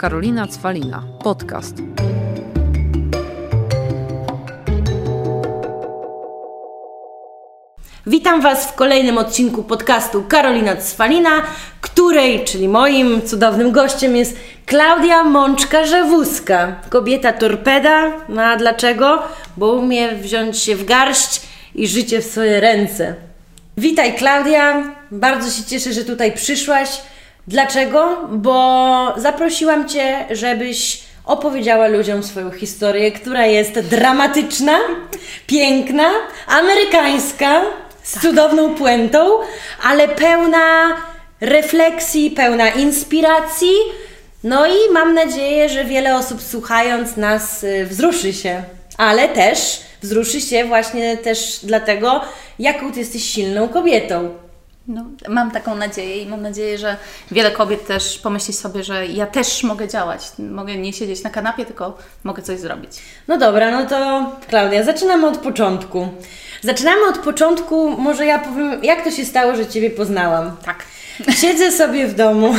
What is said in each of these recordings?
Karolina Cwalina, podcast. Witam Was w kolejnym odcinku podcastu Karolina Cwalina, której, czyli moim cudownym gościem jest Klaudia Mączka-Rzewuska. Kobieta torpeda, no a dlaczego? Bo umie wziąć się w garść i życie w swoje ręce. Witaj Klaudia, bardzo się cieszę, że tutaj przyszłaś. Dlaczego? Bo zaprosiłam Cię, żebyś opowiedziała ludziom swoją historię, która jest dramatyczna, piękna, amerykańska, z cudowną puentą, ale pełna refleksji, pełna inspiracji. No i mam nadzieję, że wiele osób słuchając nas wzruszy się, ale też wzruszy się właśnie też dlatego, jaką Ty jesteś silną kobietą. No, mam taką nadzieję i mam nadzieję, że wiele kobiet też pomyśli sobie, że ja też mogę działać. Mogę nie siedzieć na kanapie, tylko mogę coś zrobić. No dobra, no to Klaudia, zaczynamy od początku. Może ja powiem, jak to się stało, że Ciebie poznałam. Tak. Siedzę sobie w domu,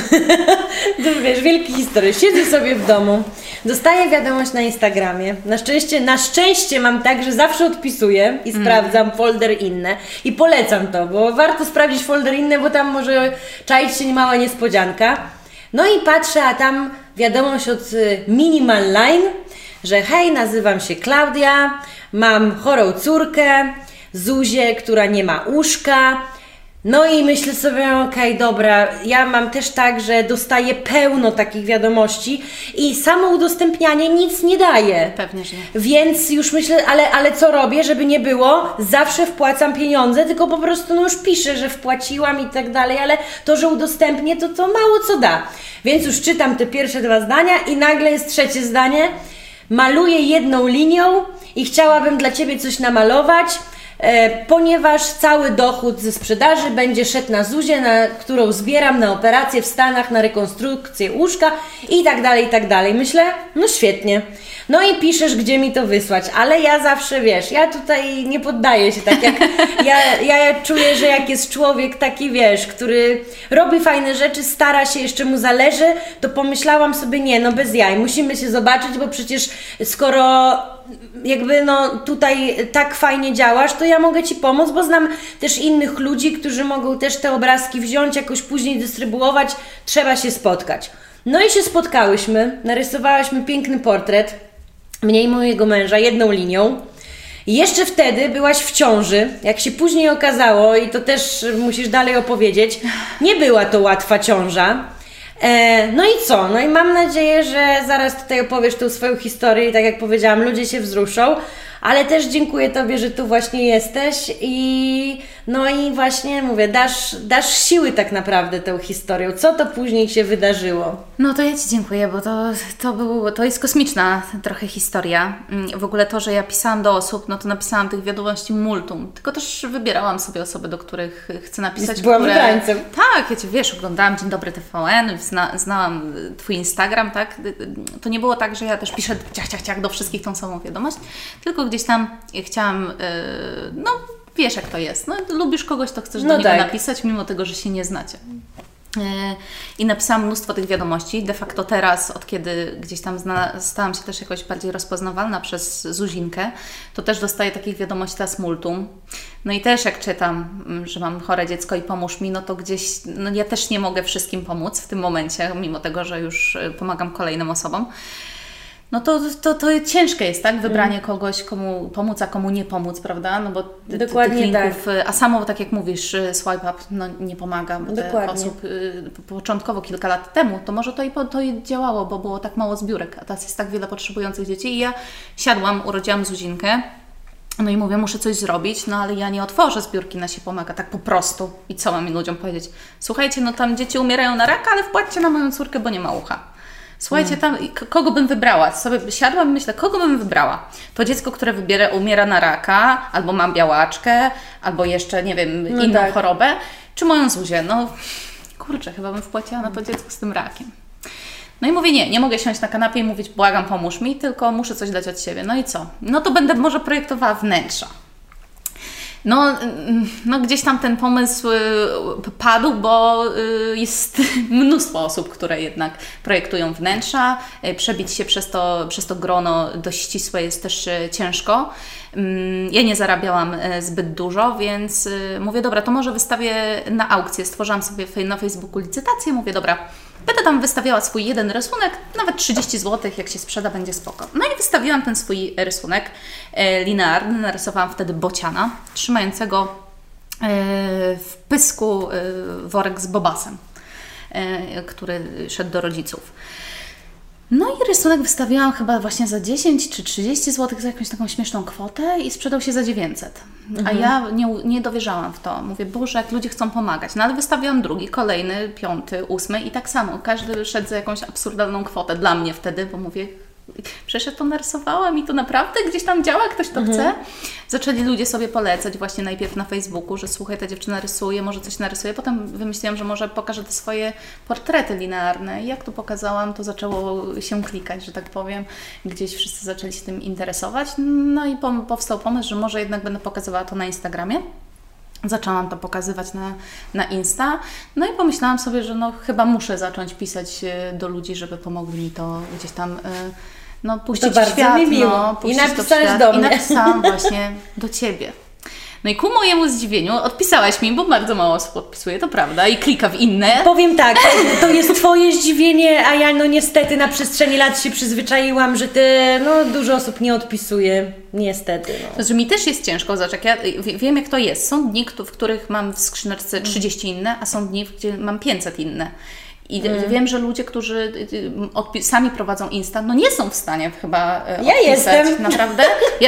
to wiesz, wielkie historie, siedzę sobie w domu, dostaję wiadomość na Instagramie, na szczęście mam tak, że zawsze odpisuję i sprawdzam folder inne i polecam to, bo warto sprawdzić folder inne, bo tam może czaić się mała niespodzianka. No i patrzę, a tam wiadomość od Minimal Line, że hej, nazywam się Klaudia, mam chorą córkę, Zuzię, która nie ma łóżka. No i myślę sobie, okej, dobra, ja mam też tak, że dostaję pełno takich wiadomości i samo udostępnianie nic nie daje. Pewnie, że nie. Więc już myślę, ale co robię, żeby nie było? Zawsze wpłacam pieniądze, tylko po prostu już piszę, że wpłaciłam i tak dalej, ale to, że udostępnię, to mało co da. Więc już czytam te pierwsze 2 zdania i nagle jest trzecie zdanie. Maluję jedną linią i chciałabym dla Ciebie coś namalować, ponieważ cały dochód ze sprzedaży będzie szedł na Zuzię, którą zbieram na operację w Stanach, na rekonstrukcję łóżka i tak dalej, i tak dalej. Myślę, no świetnie. No i piszesz, gdzie mi to wysłać, ale ja zawsze, wiesz, ja tutaj nie poddaję się tak jak, ja czuję, że jak jest człowiek taki, wiesz, który robi fajne rzeczy, stara się, jeszcze mu zależy, to pomyślałam sobie, nie, no bez jaj, musimy się zobaczyć, bo przecież skoro jakby tutaj tak fajnie działasz, to ja mogę Ci pomóc, bo znam też innych ludzi, którzy mogą też te obrazki wziąć, jakoś później dystrybuować, trzeba się spotkać. No i się spotkałyśmy, narysowałyśmy piękny portret mnie i mojego męża jedną linią. I jeszcze wtedy byłaś w ciąży, jak się później okazało, i to też musisz dalej opowiedzieć, nie była to łatwa ciąża. No i co? No i mam nadzieję, że zaraz tutaj opowiesz tą swoją historię i tak jak powiedziałam, ludzie się wzruszą, ale też dziękuję Tobie, że tu właśnie jesteś i no i właśnie mówię, dasz siły tak naprawdę tą historią. Co to później się wydarzyło? No to ja Ci dziękuję, bo to jest kosmiczna trochę historia. W ogóle to, że ja pisałam do osób, no to napisałam tych wiadomości multum, tylko też wybierałam sobie osoby, do których chcę napisać. Byłam wybrańcem. Tak, ja Cię wiesz, oglądałam Dzień Dobry TVN, znałam Twój Instagram, tak? To nie było tak, że ja też piszę ciach do wszystkich tą samą wiadomość, tylko gdzieś tam chciałam, wiesz jak to jest, lubisz kogoś, to chcesz do niego napisać, mimo tego, że się nie znacie. I napisałam mnóstwo tych wiadomości. De facto teraz, od kiedy gdzieś tam stałam się też jakoś bardziej rozpoznawalna przez Zuzinkę, to też dostaję takich wiadomości teraz multum. No i też jak czytam, że mam chore dziecko i pomóż mi, no to gdzieś, ja też nie mogę wszystkim pomóc w tym momencie, mimo tego, że już pomagam kolejnym osobom. No to ciężkie jest, tak? Wybranie kogoś, komu pomóc, a komu nie pomóc, prawda? No bo dokładnie tych linków, tak. A samo, tak jak mówisz, swipe up nie pomaga. Dokładnie. Osób początkowo, kilka lat temu, to może to działało, bo było tak mało zbiórek, a teraz jest tak wiele potrzebujących dzieci i ja urodziłam Zuzinkę, no i mówię, muszę coś zrobić, no ale ja nie otworzę zbiórki na Się Pomaga, tak po prostu. I co mam ludziom powiedzieć? Słuchajcie, no tam dzieci umierają na raka, ale wpłaćcie na moją córkę, bo nie ma ucha. Słuchajcie, tam kogo bym wybrała? Sobie siadłam i myślę, kogo bym wybrała? To dziecko, które umiera na raka, albo ma białaczkę, albo jeszcze, nie wiem, inną chorobę, czy moją Zuzię? No kurczę, chyba bym wpłaciła na to dziecko z tym rakiem. No i mówię, nie mogę siąść na kanapie i mówić, błagam, pomóż mi, tylko muszę coś dać od siebie. No i co? No to będę może projektowała wnętrza. No gdzieś tam ten pomysł padł, bo jest mnóstwo osób, które jednak projektują wnętrza. Przebić się przez to grono dość ścisłe jest też ciężko. Ja nie zarabiałam zbyt dużo, więc mówię, dobra, to może wystawię na aukcję. Stworzyłam sobie na Facebooku licytację, mówię, dobra, będę tam wystawiała swój jeden rysunek, nawet 30 zł, jak się sprzeda, będzie spoko. No i wystawiłam ten swój rysunek linearny, narysowałam wtedy bociana, trzymającego w pysku worek z bobasem, który szedł do rodziców. No i rysunek wystawiłam chyba właśnie za 10 czy 30 zł, za jakąś taką śmieszną kwotę i sprzedał się za 900. A ja nie dowierzałam w to. Mówię, Boże, jak ludzie chcą pomagać. No ale wystawiłam drugi, kolejny, 5., 8 i tak samo. Każdy szedł za jakąś absurdalną kwotę dla mnie wtedy, bo mówię, przecież ja to narysowałam i to naprawdę gdzieś tam działa, ktoś to chce. Zaczęli ludzie sobie polecać właśnie najpierw na Facebooku, że słuchaj, ta dziewczyna rysuje, może coś narysuje. Potem wymyśliłam, że może pokażę te swoje portrety linearne. I jak to pokazałam, to zaczęło się klikać, że tak powiem. Gdzieś wszyscy zaczęli się tym interesować. No i powstał pomysł, że może jednak będę pokazywała to na Instagramie. Zaczęłam to pokazywać na Insta, no i pomyślałam sobie, że no chyba muszę zacząć pisać do ludzi, żeby pomogli mi to gdzieś tam puścić w świat. Mi miło. I napisałaś do mnie. I napisałam właśnie do Ciebie. No i ku mojemu zdziwieniu odpisałaś mi, bo bardzo mało osób odpisuje, to prawda, i klika w inne. Powiem tak, to jest Twoje zdziwienie, a ja niestety na przestrzeni lat się przyzwyczaiłam, że dużo osób nie odpisuje. Niestety. To znaczy mi też jest ciężko, zobacz, ja wiem jak to jest. Są dni, w których mam w skrzyneczce 30 inne, a są dni, gdzie mam 500 inne. I wiem, że ludzie, którzy sami prowadzą Insta, nie są w stanie chyba odpisać. Ja jestem. Naprawdę.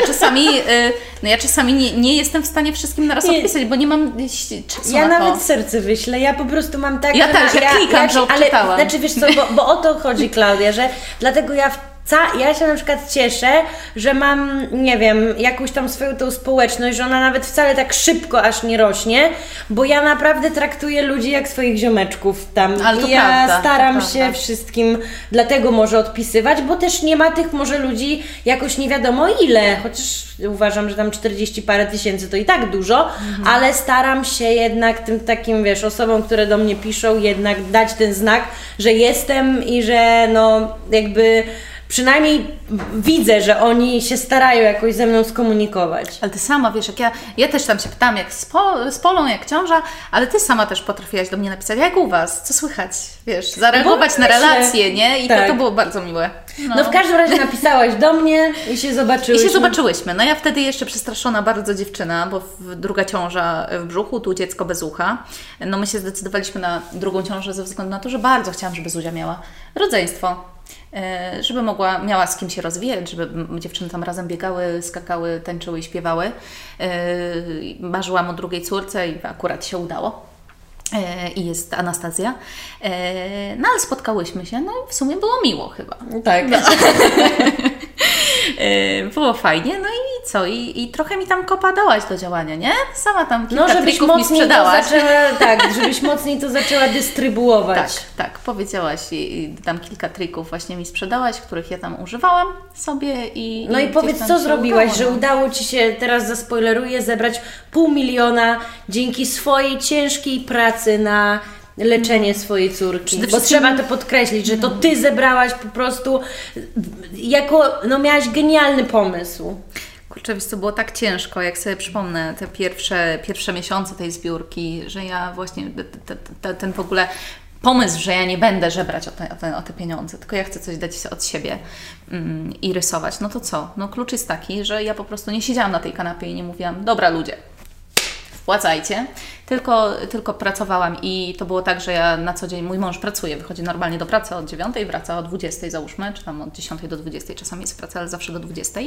Ja czasami nie jestem w stanie wszystkim naraz odpisać, bo nie mam czasu ja na to. nawet serce wyślę. Ja po prostu mam tak... Ja też, ja klikam, że odczytałam. Ale, znaczy wiesz co, bo o to chodzi, Klaudia, że dlatego ja się na przykład cieszę, że mam, nie wiem, jakąś tam swoją tą społeczność, że ona nawet wcale tak szybko aż nie rośnie, bo ja naprawdę traktuję ludzi jak swoich ziomeczków tam. Ale to ja prawda, staram się wszystkim dlatego może odpisywać, bo też nie ma tych może ludzi jakoś nie wiadomo ile, chociaż uważam, że tam 40 parę tysięcy to i tak dużo, ale staram się jednak tym takim, wiesz, osobom, które do mnie piszą, jednak dać ten znak, że jestem i że jakby przynajmniej widzę, że oni się starają jakoś ze mną skomunikować. Ale Ty sama, wiesz, jak ja też tam się pytam, jak z Polą, jak ciąża, ale Ty sama też potrafiłaś do mnie napisać, jak u Was, co słychać, wiesz, zareagować na relacje, nie? I tak. to było bardzo miłe. No w każdym razie napisałaś do mnie i się zobaczyłyśmy. No ja wtedy jeszcze przestraszona bardzo dziewczyna, bo druga ciąża w brzuchu, tu dziecko bez ucha. No my się zdecydowaliśmy na drugą ciążę ze względu na to, że bardzo chciałam, żeby Zuzia miała rodzeństwo. Żeby miała z kim się rozwijać, żeby dziewczyny tam razem biegały, skakały, tańczyły i śpiewały. Marzyłam o drugiej córce i akurat się udało. I jest Anastazja. No ale spotkałyśmy się, no i w sumie było miło chyba. Tak. No. Było fajnie, no i co? I trochę mi tam kopa dałaś do działania, nie? Sama tam kilka trików mi sprzedałaś. Żebyś mocniej to zaczęła dystrybuować. Tak, powiedziałaś i tam kilka trików właśnie mi sprzedałaś, których ja tam używałam sobie i... No i powiedz, co zrobiłaś, że udało Ci się, teraz zaspoileruję, zebrać 500 000 dzięki swojej ciężkiej pracy na leczenie swojej córki, bo trzeba to podkreślić, że to Ty zebrałaś po prostu miałaś genialny pomysł. Kurczę, wiesz co, było tak ciężko, jak sobie przypomnę te pierwsze miesiące tej zbiórki, że ja właśnie ten w ogóle pomysł, że ja nie będę żebrać o te pieniądze, tylko ja chcę coś dać od siebie i rysować, no to co? No klucz jest taki, że ja po prostu nie siedziałam na tej kanapie i nie mówiłam, dobra ludzie, wpłacajcie, tylko pracowałam i to było tak, że ja na co dzień, mój mąż pracuje, wychodzi normalnie do pracy od 9, wraca o 20 załóżmy, czy tam od 10 do 20, czasami jest praca, ale zawsze do 20.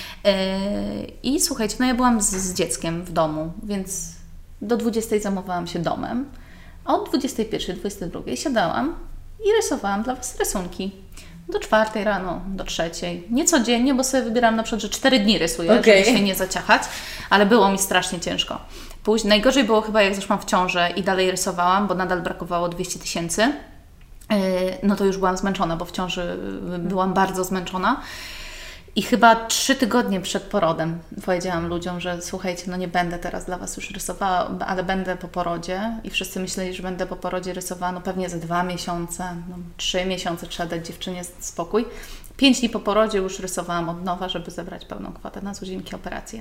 I słuchajcie, no ja byłam z dzieckiem w domu, więc do 20 zajmowałam się domem, a od 21, 22 siadałam i rysowałam dla Was rysunki. Do 4 rano, do 3. Nie codziennie, bo sobie wybieram na przykład, że 4 dni rysuję, żeby się nie zaciachać, ale było mi strasznie ciężko. Najgorzej było chyba, jak zeszłam w ciążę i dalej rysowałam, bo nadal brakowało 200 000. No to już byłam zmęczona, bo w ciąży byłam bardzo zmęczona. I chyba 3 tygodnie przed porodem powiedziałam ludziom, że słuchajcie, no nie będę teraz dla Was już rysowała, ale będę po porodzie. I wszyscy myśleli, że będę po porodzie rysowała, no pewnie za 2 miesiące, 3 miesiące trzeba dać dziewczynie spokój. 5 dni po porodzie już rysowałam od nowa, żeby zebrać pełną kwotę na Zuzinki operację.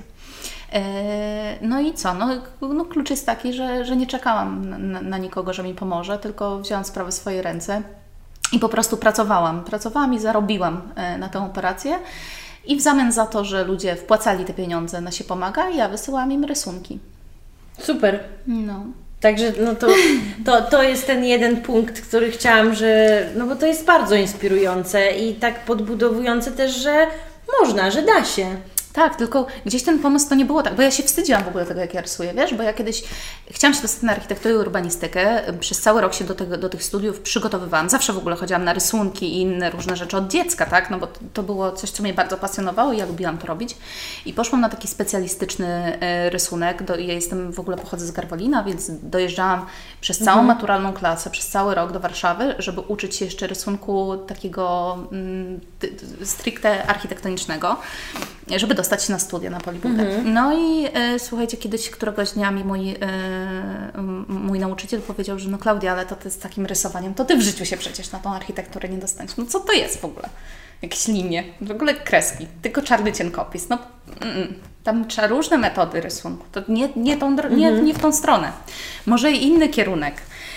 No i co? No klucz jest taki, że nie czekałam na nikogo, że mi pomoże, tylko wzięłam sprawę w swoje ręce i po prostu pracowałam i zarobiłam na tę operację. I w zamian za to, że ludzie wpłacali te pieniądze na Się Pomaga, ja wysyłałam im rysunki. Super. No. Także to jest ten jeden punkt, który chciałam, no bo to jest bardzo inspirujące i tak podbudowujące też, że można, że da się. Tak, tylko gdzieś ten pomysł to nie było tak, bo ja się wstydziłam w ogóle tego, jak ja rysuję, wiesz, bo ja kiedyś chciałam się dostać na architekturę i urbanistykę, przez cały rok się do tych studiów przygotowywałam, zawsze w ogóle chodziłam na rysunki i inne różne rzeczy od dziecka, tak, no bo to było coś, co mnie bardzo pasjonowało i ja lubiłam to robić i poszłam na taki specjalistyczny rysunek, ja w ogóle pochodzę z Garwolina, więc dojeżdżałam przez całą maturalną klasę, przez cały rok do Warszawy, żeby uczyć się jeszcze rysunku takiego stricte architektonicznego, żeby dostać się na studia na Polibudę. No i słuchajcie, któregoś dnia mi mój nauczyciel powiedział, że no Klaudia, ale to z takim rysowaniem, to Ty w życiu się przecież na tą architekturę nie dostaniesz. No co to jest w ogóle? Jakieś linie, w ogóle kreski, tylko czarny cienkopis. No, tam trzeba różne metody rysunku. To nie w tą stronę. Może i inny kierunek.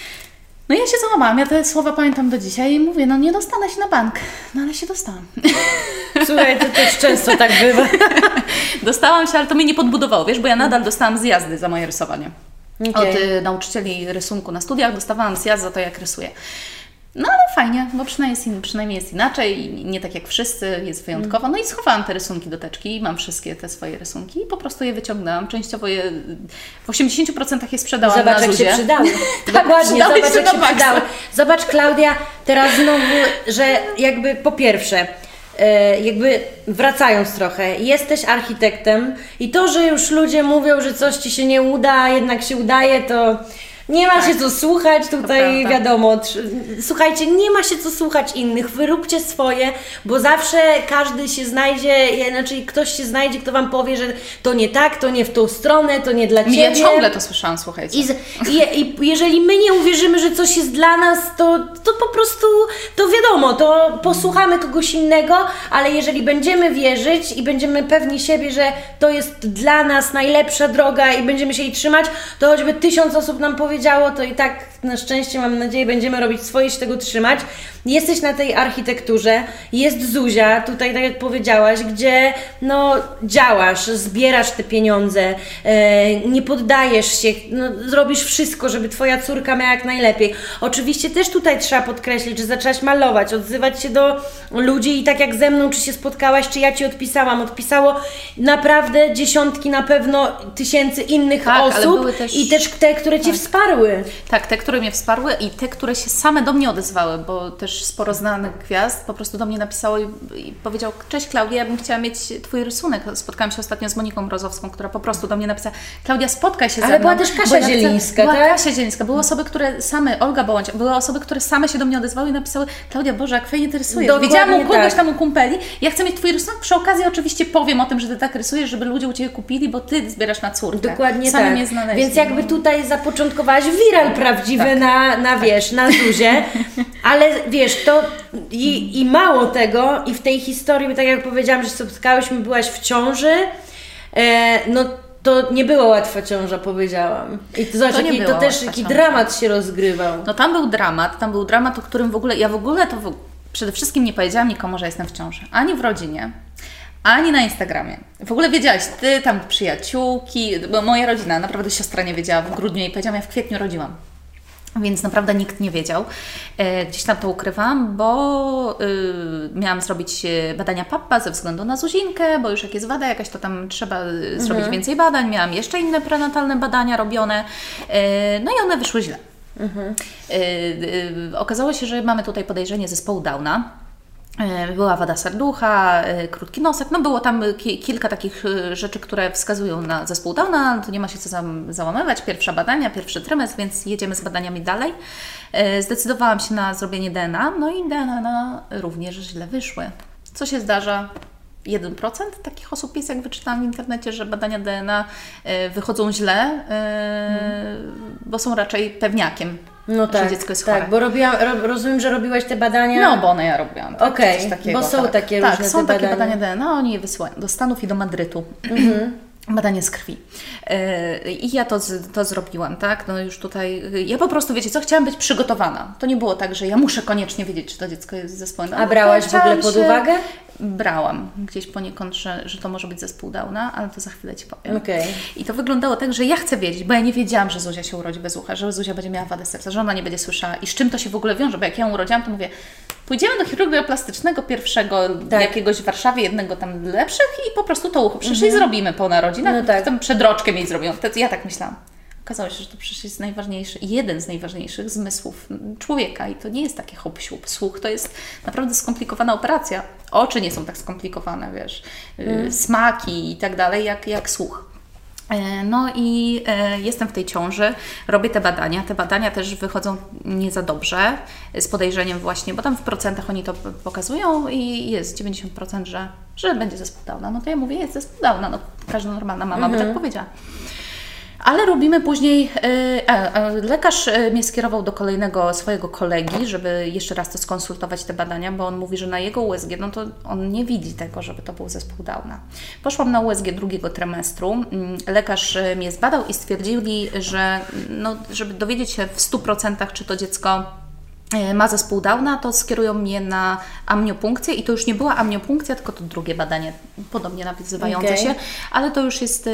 No ja się załamałam, ja te słowa pamiętam do dzisiaj i mówię, no nie dostanę się na bank. No ale się dostałam. Słuchaj, to też często tak bywa. Dostałam się, ale to mnie nie podbudowało, wiesz, bo ja nadal dostałam zjazdy za moje rysowanie. Okay. Od nauczycieli rysunku na studiach dostawałam zjazd za to, jak rysuję. No ale fajnie, bo przynajmniej jest inaczej, nie tak jak wszyscy, jest wyjątkowo. No i schowałam te rysunki do teczki, mam wszystkie te swoje rysunki i po prostu je wyciągnęłam. Częściowo je w 80% je sprzedałam na Zuzie. Zobacz, jak się przydały. Dokładnie, zobacz, jak się przydały. Zobacz, Klaudia, teraz znowu, że jakby po pierwsze, jakby wracając trochę, jesteś architektem i to, że już ludzie mówią, że coś Ci się nie uda, a jednak się udaje, to nie ma się co słuchać tutaj, wiadomo. Słuchajcie, nie ma się co słuchać innych, wy róbcie swoje, bo zawsze każdy się znajdzie, znaczy ktoś się znajdzie, kto Wam powie, że to nie tak, to nie w tą stronę, to nie dla Ciebie. Ja ciągle to słyszałam, słuchajcie. I jeżeli my nie uwierzymy, że coś jest dla nas, to po prostu, to wiadomo, to posłuchamy kogoś innego, ale jeżeli będziemy wierzyć i będziemy pewni siebie, że to jest dla nas najlepsza droga i będziemy się jej trzymać, to choćby 1000 osób nam powiedziało, to i tak na szczęście, mam nadzieję, będziemy robić swoje i się tego trzymać. Jesteś na tej architekturze, jest Zuzia, tutaj tak jak powiedziałaś, gdzie no działasz, zbierasz te pieniądze, nie poddajesz się, no, zrobisz wszystko, żeby Twoja córka miała jak najlepiej. Oczywiście też tutaj trzeba podkreślić, że zaczęłaś malować, odzywać się do ludzi i tak jak ze mną, czy się spotkałaś, czy ja Ci odpisałam, odpisało naprawdę dziesiątki, na pewno tysięcy innych osób i też te, które Cię wsparły. Tak, te, które mnie wsparły i te, które się same do mnie odezwały, bo też sporo znanych gwiazd po prostu do mnie napisało i powiedział: cześć Klaudia, ja bym chciała mieć Twój rysunek. Spotkałam się ostatnio z Moniką Mrozowską, która po prostu do mnie napisała: Klaudia, spotkaj się ze mną. Ale była też Kasia Zielińska, tak? Była Kasia Zielińska, były osoby, które same, Olga Bołądź, były osoby, które same się do mnie odezwały i napisały: Klaudia, Boże, jak fajnie Ty rysujesz. Wiedziałam u kogoś tam u kumpeli, ja chcę mieć Twój rysunek, przy okazji oczywiście powiem o tym, że Ty tak rysujesz, żeby ludzie u Ciebie kupili, bo Ty zbierasz na córkę. Dokładnie same tak. mnie znaleźli. Więc jakby tutaj zapoczątkowałaś wiral prawdziwy wiesz, na Zuzie, ale wiesz, to i mało tego, i w tej historii, tak jak powiedziałam, że spotkałyśmy, byłaś w ciąży, no to nie była łatwa ciąża, powiedziałam. I to zobacz, to też jaki dramat się rozgrywał. No tam był dramat, o którym w ogóle, przede wszystkim nie powiedziałam nikomu, że jestem w ciąży. Ani w rodzinie, ani na Instagramie. W ogóle wiedziałaś, Ty, tam przyjaciółki, bo moja rodzina, naprawdę siostra nie wiedziała, w grudniu jej powiedziałam, ja w kwietniu rodziłam. Więc naprawdę nikt nie wiedział. Gdzieś tam to ukrywam, bo miałam zrobić badania PAPA ze względu na Zuzinkę, bo już jak jest wada jakaś, to tam trzeba zrobić więcej badań. Miałam jeszcze inne prenatalne badania robione, no i one wyszły źle. Okazało się, że mamy tutaj podejrzenie zespołu Downa. Była wada serducha, krótki nosek, no było tam kilka takich rzeczy, które wskazują na zespół Downa, ale to nie ma się co załamywać. Pierwszy trymestr, więc jedziemy z badaniami dalej. Zdecydowałam się na zrobienie DNA, no i DNA również źle wyszły. Co się zdarza 1% takich osób jest, jak wyczytałam w internecie, że badania DNA wychodzą źle, bo są raczej pewniakiem, No że tak, dziecko jest chore. tak, bo rozumiem, że robiłaś te badania. No, bo one ja robiłam. Tak? Okej, Coś takiego, bo są takie różne są te takie badania. badania DNA, oni je wysyłają do Stanów i do Madrytu. Badanie z krwi. I ja to zrobiłam, tak? No już tutaj, ja po prostu, wiecie co, chciałam być przygotowana. To nie było tak, że ja muszę koniecznie wiedzieć, czy to dziecko jest z zespołem Downa. A brałaś w ogóle pod uwagę? Brałam gdzieś poniekąd, że to może być zespół Downa, ale to za chwilę Ci powiem. Okej. I to wyglądało tak, że ja chcę wiedzieć, bo ja nie wiedziałam, że Zuzia się urodzi bez ucha, że Zuzia będzie miała wadę serca, że ona nie będzie słyszała i z czym to się w ogóle wiąże, bo jak ja ją urodziłam, to mówię, pójdziemy do chirurga plastycznego pierwszego, jakiegoś w Warszawie, jednego tam lepszych i po prostu to ucho przecież i zrobimy po narodzinach, No tak. tam przedroczkę mieć zrobią. Ja tak myślałam. Okazało się, że to przecież jest najważniejszy, jeden z najważniejszych zmysłów człowieka i to nie jest takie hop-siup. Słuch to jest naprawdę skomplikowana operacja. Oczy nie są tak skomplikowane, wiesz, smaki i tak dalej, jak słuch. No i jestem w tej ciąży, robię te badania. Te badania też wychodzą nie za dobrze, z podejrzeniem właśnie, bo tam w procentach oni to pokazują i jest 90%, że będzie zespół Downa. No to ja mówię, jest zespół Downa, no każda normalna mama by tak powiedziała. Ale robimy później, lekarz mnie skierował do kolejnego swojego kolegi, żeby jeszcze raz to skonsultować te badania, bo on mówi, że na jego USG, no to on nie widzi tego, żeby to był zespół Downa. Poszłam na USG drugiego trymestru, lekarz mnie zbadał i stwierdzili, że no, żeby dowiedzieć się w 100% czy to dziecko ma zespół Downa, to skierują mnie na amniopunkcję i to już nie była amniopunkcja, tylko to drugie badanie, podobnie nawiązywające się, ale to już jest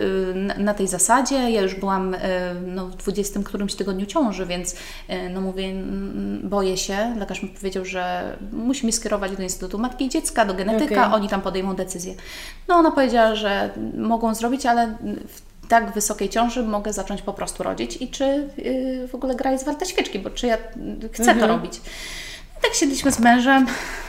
na tej zasadzie. Ja już byłam w 20 którymś tygodniu ciąży, więc no mówię, boję się. Lekarz mi powiedział, że musi mnie skierować do Instytutu Matki i Dziecka, do genetyka, oni tam podejmą decyzję. No ona powiedziała, że mogą zrobić, ale w tak wysokiej ciąży mogę zacząć po prostu rodzić i czy w ogóle gra jest warta świeczki, bo czy ja chcę to robić. I tak siedliśmy z mężem,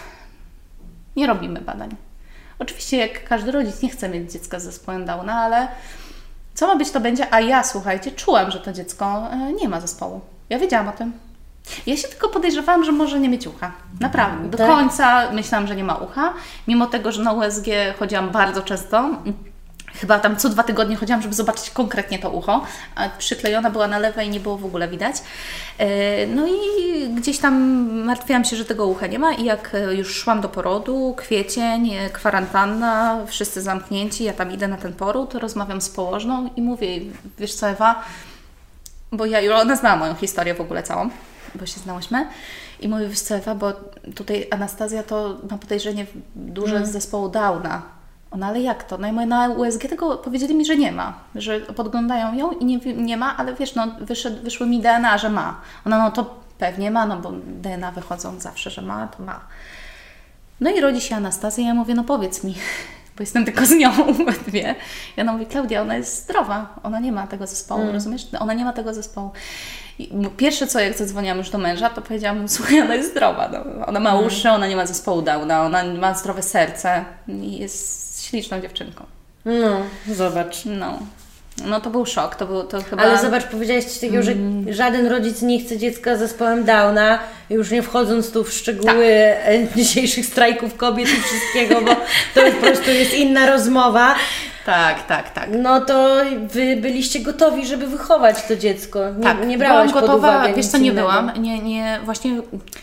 nie robimy badań. Oczywiście jak każdy rodzic nie chce mieć dziecka z zespołem Downa, ale co ma być, to będzie, a ja, słuchajcie, czułam, że to dziecko nie ma zespołu. Ja wiedziałam o tym. Ja się tylko podejrzewałam, że może nie mieć ucha. Naprawdę. Do końca myślałam, że nie ma ucha. Mimo tego, że na USG chodziłam bardzo często, chyba tam co 2 tygodnie chodziłam, żeby zobaczyć konkretnie to ucho, a przyklejona była na lewe i nie było w ogóle widać. No i gdzieś tam martwiłam się, że tego ucha nie ma i jak już szłam do porodu, kwiecień, kwarantanna, wszyscy zamknięci, ja tam idę na ten poród, rozmawiam z położną i mówię, wiesz co Ewa, bo ona znała moją historię w ogóle całą, bo się znałyśmy. I mówię, wiesz co Ewa, bo tutaj Anastazja to ma podejrzenie duże z zespołu Downa. Ona, ale jak to? No i na USG tego powiedzieli mi, że nie ma, że podglądają ją i nie ma, ale wiesz, no wyszły mi DNA, że ma. Ona, no to pewnie ma, no bo DNA wychodzą zawsze, że ma, to ma. No i rodzi się Anastazja i ja mówię, no powiedz mi, bo jestem tylko z nią we dwie. I ona mówi, Klaudia, ona jest zdrowa, ona nie ma tego zespołu, rozumiesz? Ona nie ma tego zespołu. I pierwsze co, jak zadzwoniłam już do męża, to powiedziałam, słuchaj, ona jest zdrowa, no. Ona ma uszy, ona nie ma zespołu Downa, ona ma zdrowe serce i jest śliczną dziewczynką. No, zobacz. No to był szok, to chyba... Ale zobacz, powiedziałaś coś takiego, że żaden rodzic nie chce dziecka z zespołem Downa, już nie wchodząc tu w szczegóły dzisiejszych strajków kobiet i wszystkiego, bo to po prostu jest inna rozmowa. Tak. No to Wy byliście gotowi, żeby wychować to dziecko. Nie brałaś byłam pod gotowa, uwagę wiesz nic co, nie innego. byłam. Właśnie...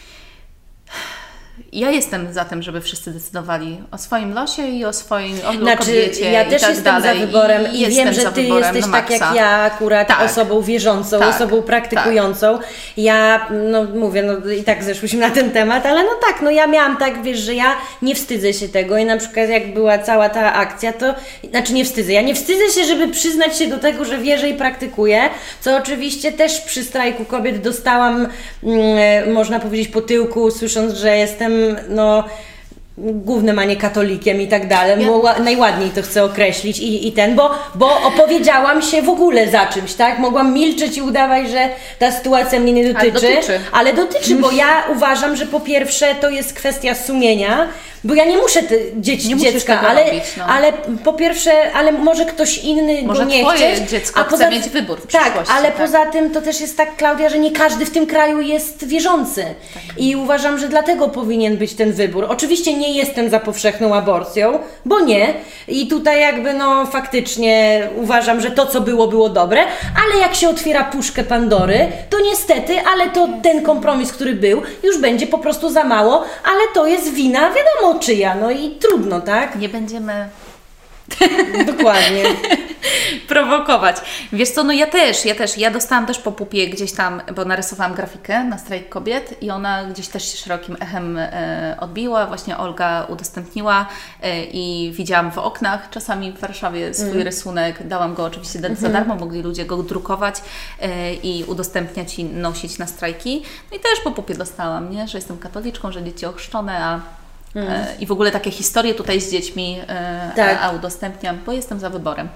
Ja jestem za tym, żeby wszyscy decydowali o swoim losie i o kobiecie ja też i tak jestem dalej. za wyborem i wiem, że Ty jesteś tak jak ja akurat osobą wierzącą, osobą praktykującą. Ja, no mówię, no i tak zeszłyśmy na ten temat, ale no tak, no ja miałam tak, wiesz, że ja nie wstydzę się tego i na przykład jak była cała ta akcja, to, znaczy ja nie wstydzę się, żeby przyznać się do tego, że wierzę i praktykuję, co oczywiście też przy strajku kobiet dostałam, można powiedzieć, po tyłku, słysząc, że jestem głównym, a nie katolikiem i tak dalej. Najładniej to chcę określić bo opowiedziałam się w ogóle za czymś, tak? Mogłam milczeć i udawać, że ta sytuacja mnie nie dotyczy. Ale dotyczy, bo ja uważam, że po pierwsze to jest kwestia sumienia, bo ja nie muszę dziecka, ale po pierwsze, ale może ktoś inny może go nie twoje chcieć. dziecko chce mieć wybór w tak, przyszłości. ale poza tym to też jest tak, Klaudia, że nie każdy w tym kraju jest wierzący. Tak. I uważam, że dlatego powinien być ten wybór. Oczywiście nie jestem za powszechną aborcją, bo nie. I tutaj jakby faktycznie uważam, że to, co było dobre, ale jak się otwiera puszkę Pandory, to niestety, ale to ten kompromis, który był, już będzie po prostu za mało, ale to jest wina wiadomo czyja, no i trudno, tak? Nie będziemy... Dokładnie. prowokować. Wiesz co, no ja dostałam też po pupie gdzieś tam, bo narysowałam grafikę na strajk kobiet i ona gdzieś też się szerokim echem odbiła. Właśnie Olga udostępniła i widziałam w oknach czasami w Warszawie swój rysunek. Dałam go oczywiście za darmo, mogli ludzie go drukować i udostępniać i nosić na strajki. No i też po pupie dostałam, nie? Że jestem katoliczką, że dzieci ochrzczone, i w ogóle takie historie tutaj z dziećmi a udostępniam, bo jestem za wyborem.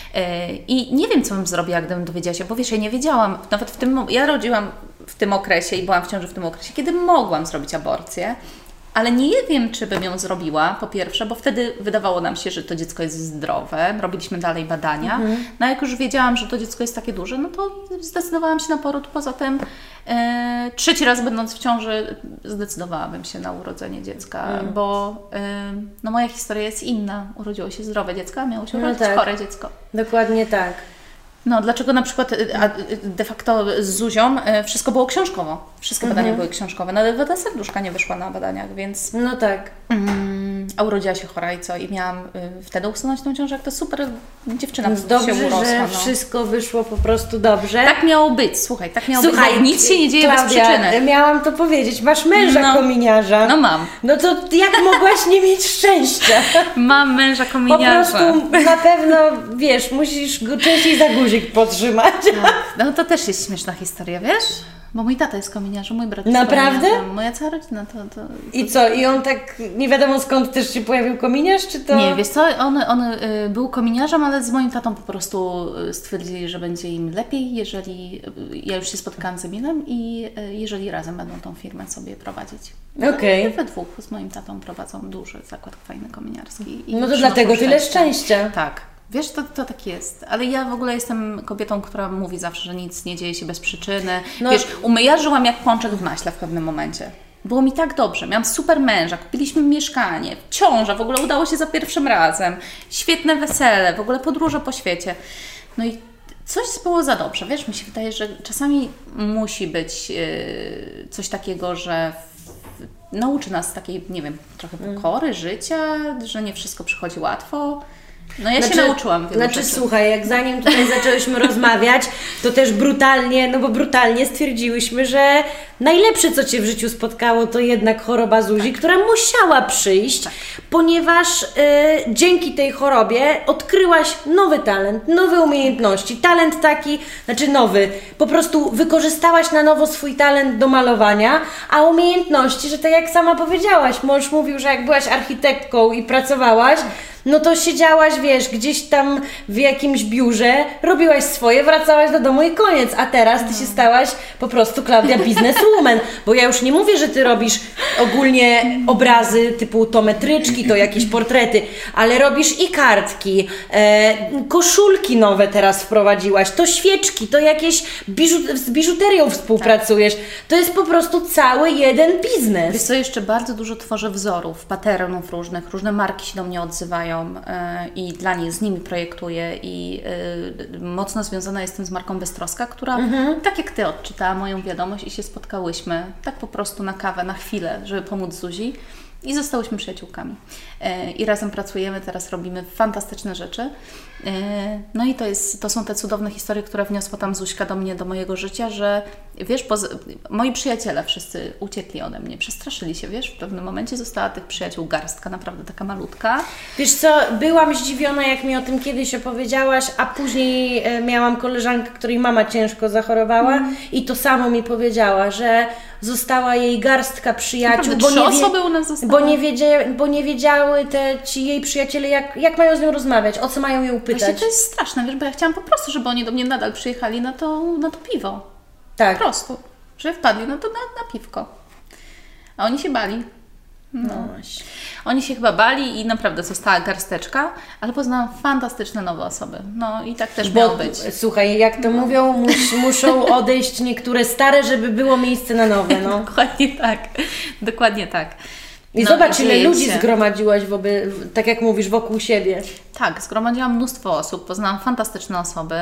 I nie wiem, co bym zrobiła, gdybym dowiedziała się, bo wiesz, ja nie wiedziałam, nawet ja rodziłam w tym okresie i byłam w ciąży w tym okresie, kiedy mogłam zrobić aborcję, ale nie wiem, czy bym ją zrobiła, po pierwsze, bo wtedy wydawało nam się, że to dziecko jest zdrowe, robiliśmy dalej badania, no a jak już wiedziałam, że to dziecko jest takie duże, no to zdecydowałam się na poród. Poza tym trzeci raz będąc w ciąży zdecydowałabym się na urodzenie dziecka, bo moja historia jest inna. Urodziło się zdrowe dziecko, a miało się urodzić chore dziecko. Dokładnie tak. No, dlaczego na przykład de facto z Zuzią wszystko było książkowo. Wszystkie badania były książkowe. Nawet Wada Serduszka nie wyszła na badaniach, więc... No tak. A urodziła się chora i co? I miałam wtedy usunąć tą ciążę, jak to super dziewczyna dobrze, się urosła. Że wszystko wyszło po prostu dobrze. Tak miało być, słuchaj, tak miało być. Nic się nie dzieje Klaudia, bez przyczyny. Miałam to powiedzieć. Masz męża kominiarza. No mam. No to jak mogłaś nie mieć szczęścia? Mam męża kominiarza. Po prostu na pewno, wiesz, musisz go częściej za guzik podtrzymać. No to też jest śmieszna historia, wiesz? Bo mój tata jest kominiarzem, mój brat jest naprawdę? Moja cała rodzina to... I co? I on tak nie wiadomo skąd też się pojawił kominiarz, czy to... Nie, wiesz co, on był kominiarzem, ale z moim tatą po prostu stwierdzili, że będzie im lepiej, jeżeli... Ja już się spotkałam z Emilem i jeżeli razem będą tą firmę sobie prowadzić. Okej. We dwóch z moim tatą prowadzą duży zakład fajny kominiarski. No to dlatego tyle szczęścia. Tak. Wiesz, to tak jest. Ale ja w ogóle jestem kobietą, która mówi zawsze, że nic nie dzieje się bez przyczyny. Wiesz, umyjarzyłam jak pączek w maśle w pewnym momencie. Było mi tak dobrze. Miałam super męża, kupiliśmy mieszkanie, ciąża, w ogóle udało się za pierwszym razem. Świetne wesele, w ogóle podróże po świecie. No i coś było za dobrze. Wiesz, mi się wydaje, że czasami musi być coś takiego, że nauczy nas takiej, nie wiem, trochę pokory, życia, że nie wszystko przychodzi łatwo. No ja się nauczyłam wielu rzeczy. Słuchaj, jak zanim tutaj zaczęłyśmy rozmawiać, to też brutalnie stwierdziłyśmy, że najlepsze, co Cię w życiu spotkało, to jednak choroba Zuzi, która musiała przyjść, ponieważ dzięki tej chorobie odkryłaś nowy talent, nowe umiejętności. Talent taki, nowy, po prostu wykorzystałaś na nowo swój talent do malowania, a umiejętności, że tak jak sama powiedziałaś, mąż mówił, że jak byłaś architektką i pracowałaś, no to siedziałaś, wiesz, gdzieś tam w jakimś biurze, robiłaś swoje, wracałaś do domu i koniec. A teraz Ty się stałaś po prostu, Klaudia, businesswoman. Bo ja już nie mówię, że Ty robisz ogólnie obrazy typu to metryczki, to jakieś portrety, ale robisz i kartki, koszulki nowe teraz wprowadziłaś, to świeczki, to jakieś z biżuterią współpracujesz. To jest po prostu cały jeden biznes. Wiesz co, jeszcze bardzo dużo tworzę wzorów, patternów różne marki się do mnie odzywają i dla niej z nimi projektuję i mocno związana jestem z marką Beztroska, która tak jak Ty odczytała moją wiadomość i się spotkałyśmy tak po prostu na kawę, na chwilę, żeby pomóc Zuzi i zostałyśmy przyjaciółkami. I razem pracujemy, teraz robimy fantastyczne rzeczy. No i to są te cudowne historie, które wniosła tam Zuśka do mnie, do mojego życia, że wiesz, moi przyjaciele wszyscy uciekli ode mnie, przestraszyli się, wiesz, w pewnym momencie została tych przyjaciół garstka, naprawdę taka malutka. Wiesz co, byłam zdziwiona, jak mi o tym kiedyś opowiedziałaś, a później miałam koleżankę, której mama ciężko zachorowała i to samo mi powiedziała, że została jej garstka przyjaciół, bo nie wiedziały ci jej przyjaciele, jak mają z nią rozmawiać, o co mają ją pytać. Właśnie to jest straszne, wiesz, bo ja chciałam po prostu, żeby oni do mnie nadal przyjechali na to piwo. Tak. Po prostu. Że wpadli na piwko. A oni się bali. No właśnie. Oni się chyba bali i naprawdę została garsteczka, ale poznałam fantastyczne nowe osoby. No i tak też miało być. Słuchaj, jak to mówią, muszą odejść niektóre stare, żeby było miejsce na nowe. No. Dokładnie tak. Dokładnie tak. I zobacz, ile ludzi zgromadziłaś, tak jak mówisz, wokół siebie. Tak, zgromadziłam mnóstwo osób, poznałam fantastyczne osoby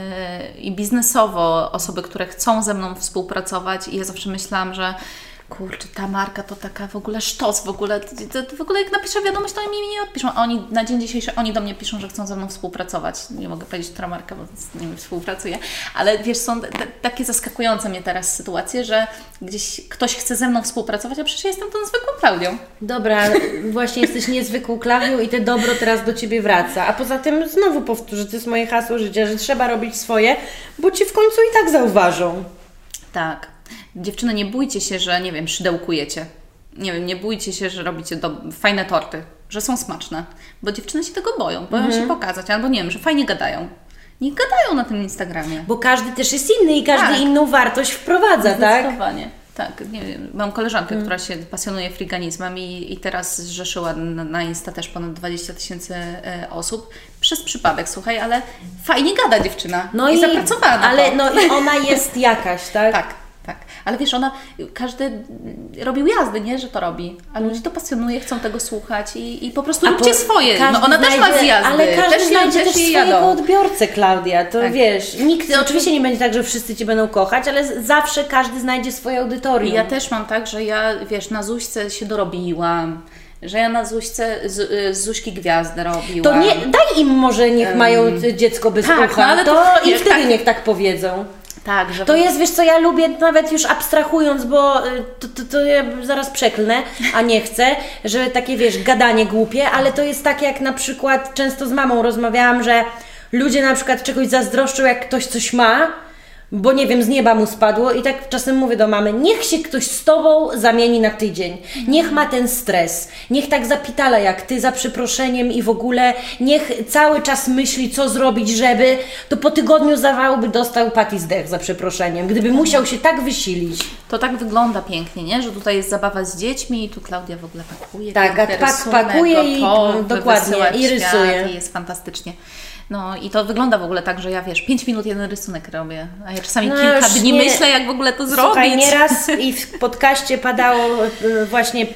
i biznesowo osoby, które chcą ze mną współpracować i ja zawsze myślałam, że kurczę, ta marka to taka w ogóle sztos, w ogóle jak napiszę wiadomość, to oni mi nie odpiszą, a oni na dzień dzisiejszy, oni do mnie piszą, że chcą ze mną współpracować. Nie mogę powiedzieć, która marka, bo z nimi współpracuję, ale wiesz, są takie zaskakujące mnie teraz sytuacje, że gdzieś ktoś chce ze mną współpracować, a przecież ja jestem tą zwykłą Klaudią. Dobra, właśnie jesteś niezwykłą Klaudią i te dobro teraz do Ciebie wraca, a poza tym znowu powtórzę, to jest moje hasło życia, że trzeba robić swoje, bo Cię w końcu i tak zauważą. Tak. Dziewczyny, nie bójcie się, że, nie wiem, szydełkujecie. Nie wiem, nie bójcie się, że robicie fajne torty, że są smaczne. Bo dziewczyny się tego boją się pokazać, albo nie wiem, że fajnie gadają. Niech gadają na tym Instagramie. Bo każdy też jest inny i każdy inną wartość wprowadza, tak? Zdecydowanie. Tak, nie wiem, mam koleżankę, która się pasjonuje friganizmem i teraz zrzeszyła na Insta też ponad 20 000 osób. Przez przypadek, słuchaj, ale fajnie gada dziewczyna. No i zapracowana. Ale i ona jest jakaś, tak? Tak. Ale wiesz, każdy robił jazdy, nie, że to robi. A ludzi to pasjonuje, chcą tego słuchać i po prostu róbcie swoje. No ona też ma zjazdy. Ale każdy znajdzie też swojego odbiorcę, Klaudia. To tak. Wiesz, oczywiście nie będzie tak, że wszyscy Cię będą kochać, ale zawsze każdy znajdzie swoje audytorium. Ja też mam tak, że ja, wiesz, na Zuśce się dorobiłam. Że ja na Zuśce z Zuśki gwiazdę robiłam. To nie, daj im może, niech mają dziecko bez ucha. No, ale to i wtedy niech tak powiedzą. Tak, że... To jest, wiesz co, ja lubię, nawet już abstrahując, bo to ja zaraz przeklnę, a nie chcę, że takie, wiesz, gadanie głupie, ale to jest tak, jak na przykład często z mamą rozmawiałam, że ludzie na przykład czegoś zazdroszczą, jak ktoś coś ma, bo nie wiem, z nieba mu spadło i tak czasem mówię do mamy, niech się ktoś z Tobą zamieni na tydzień, niech ma ten stres, niech tak zapitala jak Ty za przeproszeniem i w ogóle niech cały czas myśli, co zrobić, żeby, to po tygodniu zawału by dostał Patty zdech za przeproszeniem, gdyby musiał się tak wysilić. To tak wygląda pięknie, nie? Że tutaj jest zabawa z dziećmi i tu Klaudia w ogóle pakuje. Tak, pakuje i dokładnie, i rysuje. I jest fantastycznie. No i to wygląda w ogóle tak, że ja, wiesz, 5 minut jeden rysunek robię, a ja czasami kilka dni myślę, jak w ogóle to zrobić. Słuchaj, nieraz i w podcaście padało właśnie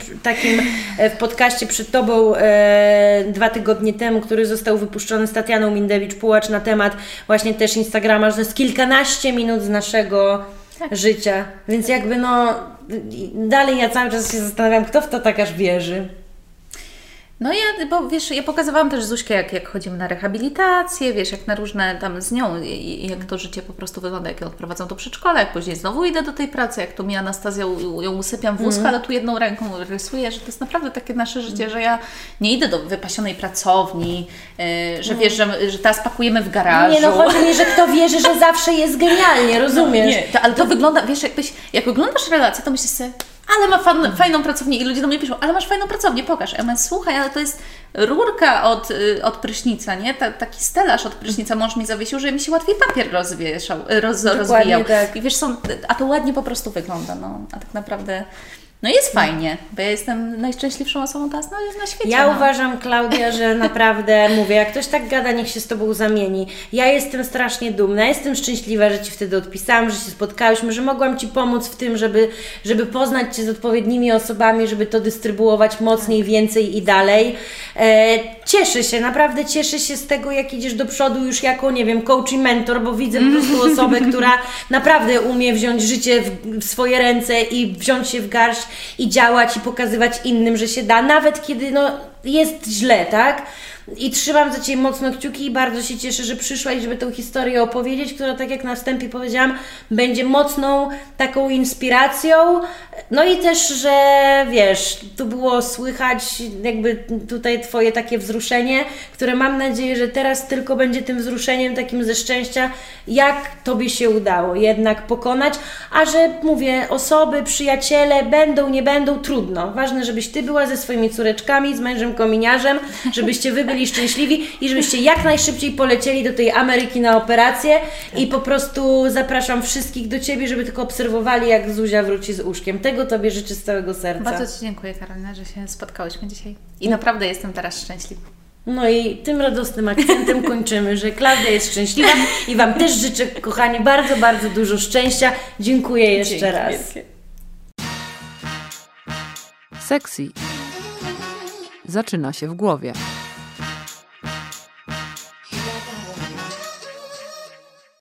w podcaście przed Tobą 2 tygodnie temu, który został wypuszczony z Tatianą Mindewicz-Pułacz na temat właśnie też Instagrama, że to jest kilkanaście minut z naszego życia, więc jakby dalej ja cały czas się zastanawiam, kto w to tak aż wierzy. No bo wiesz, ja pokazywałam też Zuśkę, jak chodzimy na rehabilitację, wiesz, jak na różne tam z nią, jak to życie po prostu wygląda, jak ją odprowadzam do przedszkola, jak później znowu idę do tej pracy, jak tu mi Anastazja ją usypiam w wózku, ale tu jedną ręką rysuję, że to jest naprawdę takie nasze życie, że ja nie idę do wypasionej pracowni, że wiesz, że teraz pakujemy w garażu. Nie, chodzi mi, że kto wierzy, że zawsze jest genialnie, rozumiesz? Nie, ale to wygląda, wiesz, jak oglądasz relację, to myślisz sobie, ale ma fajną pracownię i ludzie do mnie piszą, ale masz fajną pracownię, pokaż. Ja mówię, słuchaj, ale to jest rurka od prysznica, nie? Taki stelaż od prysznica mąż mi zawiesił, że mi się łatwiej papier rozwijał. Tak. I wiesz, a to ładnie po prostu wygląda, a tak naprawdę... No jest fajnie, bo ja jestem najszczęśliwszą osobą teraz na świecie. Ja uważam, Klaudia, że naprawdę, mówię, jak ktoś tak gada, niech się z Tobą zamieni. Ja jestem strasznie dumna, jestem szczęśliwa, że Ci wtedy odpisałam, że się spotkałyśmy, że mogłam Ci pomóc w tym, żeby poznać Cię z odpowiednimi osobami, żeby to dystrybuować mocniej, więcej i dalej. Cieszę się, naprawdę cieszę się z tego, jak idziesz do przodu już jako, nie wiem, coach i mentor, bo widzę po prostu osobę, która naprawdę umie wziąć życie w swoje ręce i wziąć się w garść i działać i pokazywać innym, że się da, nawet kiedy jest źle, tak? I trzymam za Ciebie mocno kciuki i bardzo się cieszę, że przyszłaś, żeby tę historię opowiedzieć, która, tak jak na wstępie powiedziałam, będzie mocną taką inspiracją. No i też, że wiesz, tu było słychać jakby tutaj Twoje takie wzruszenie, które mam nadzieję, że teraz tylko będzie tym wzruszeniem takim ze szczęścia, jak Tobie się udało jednak pokonać, a że mówię, osoby, przyjaciele będą, nie będą, trudno. Ważne, żebyś Ty była ze swoimi córeczkami, z mężem kominiarzem, żebyście Wy byli byli szczęśliwi i żebyście jak najszybciej polecieli do tej Ameryki na operację i po prostu zapraszam wszystkich do Ciebie, żeby tylko obserwowali, jak Zuzia wróci z uszkiem. Tego Tobie życzę z całego serca. Bardzo Ci dziękuję, Karolina, że się spotkałyśmy dzisiaj i naprawdę jestem teraz szczęśliwa. No i tym radosnym akcentem kończymy, że Klaudia jest szczęśliwa i Wam też życzę, kochani, bardzo, bardzo dużo szczęścia. Dziękuję jeszcze raz. Wielkie. Sexy zaczyna się w głowie.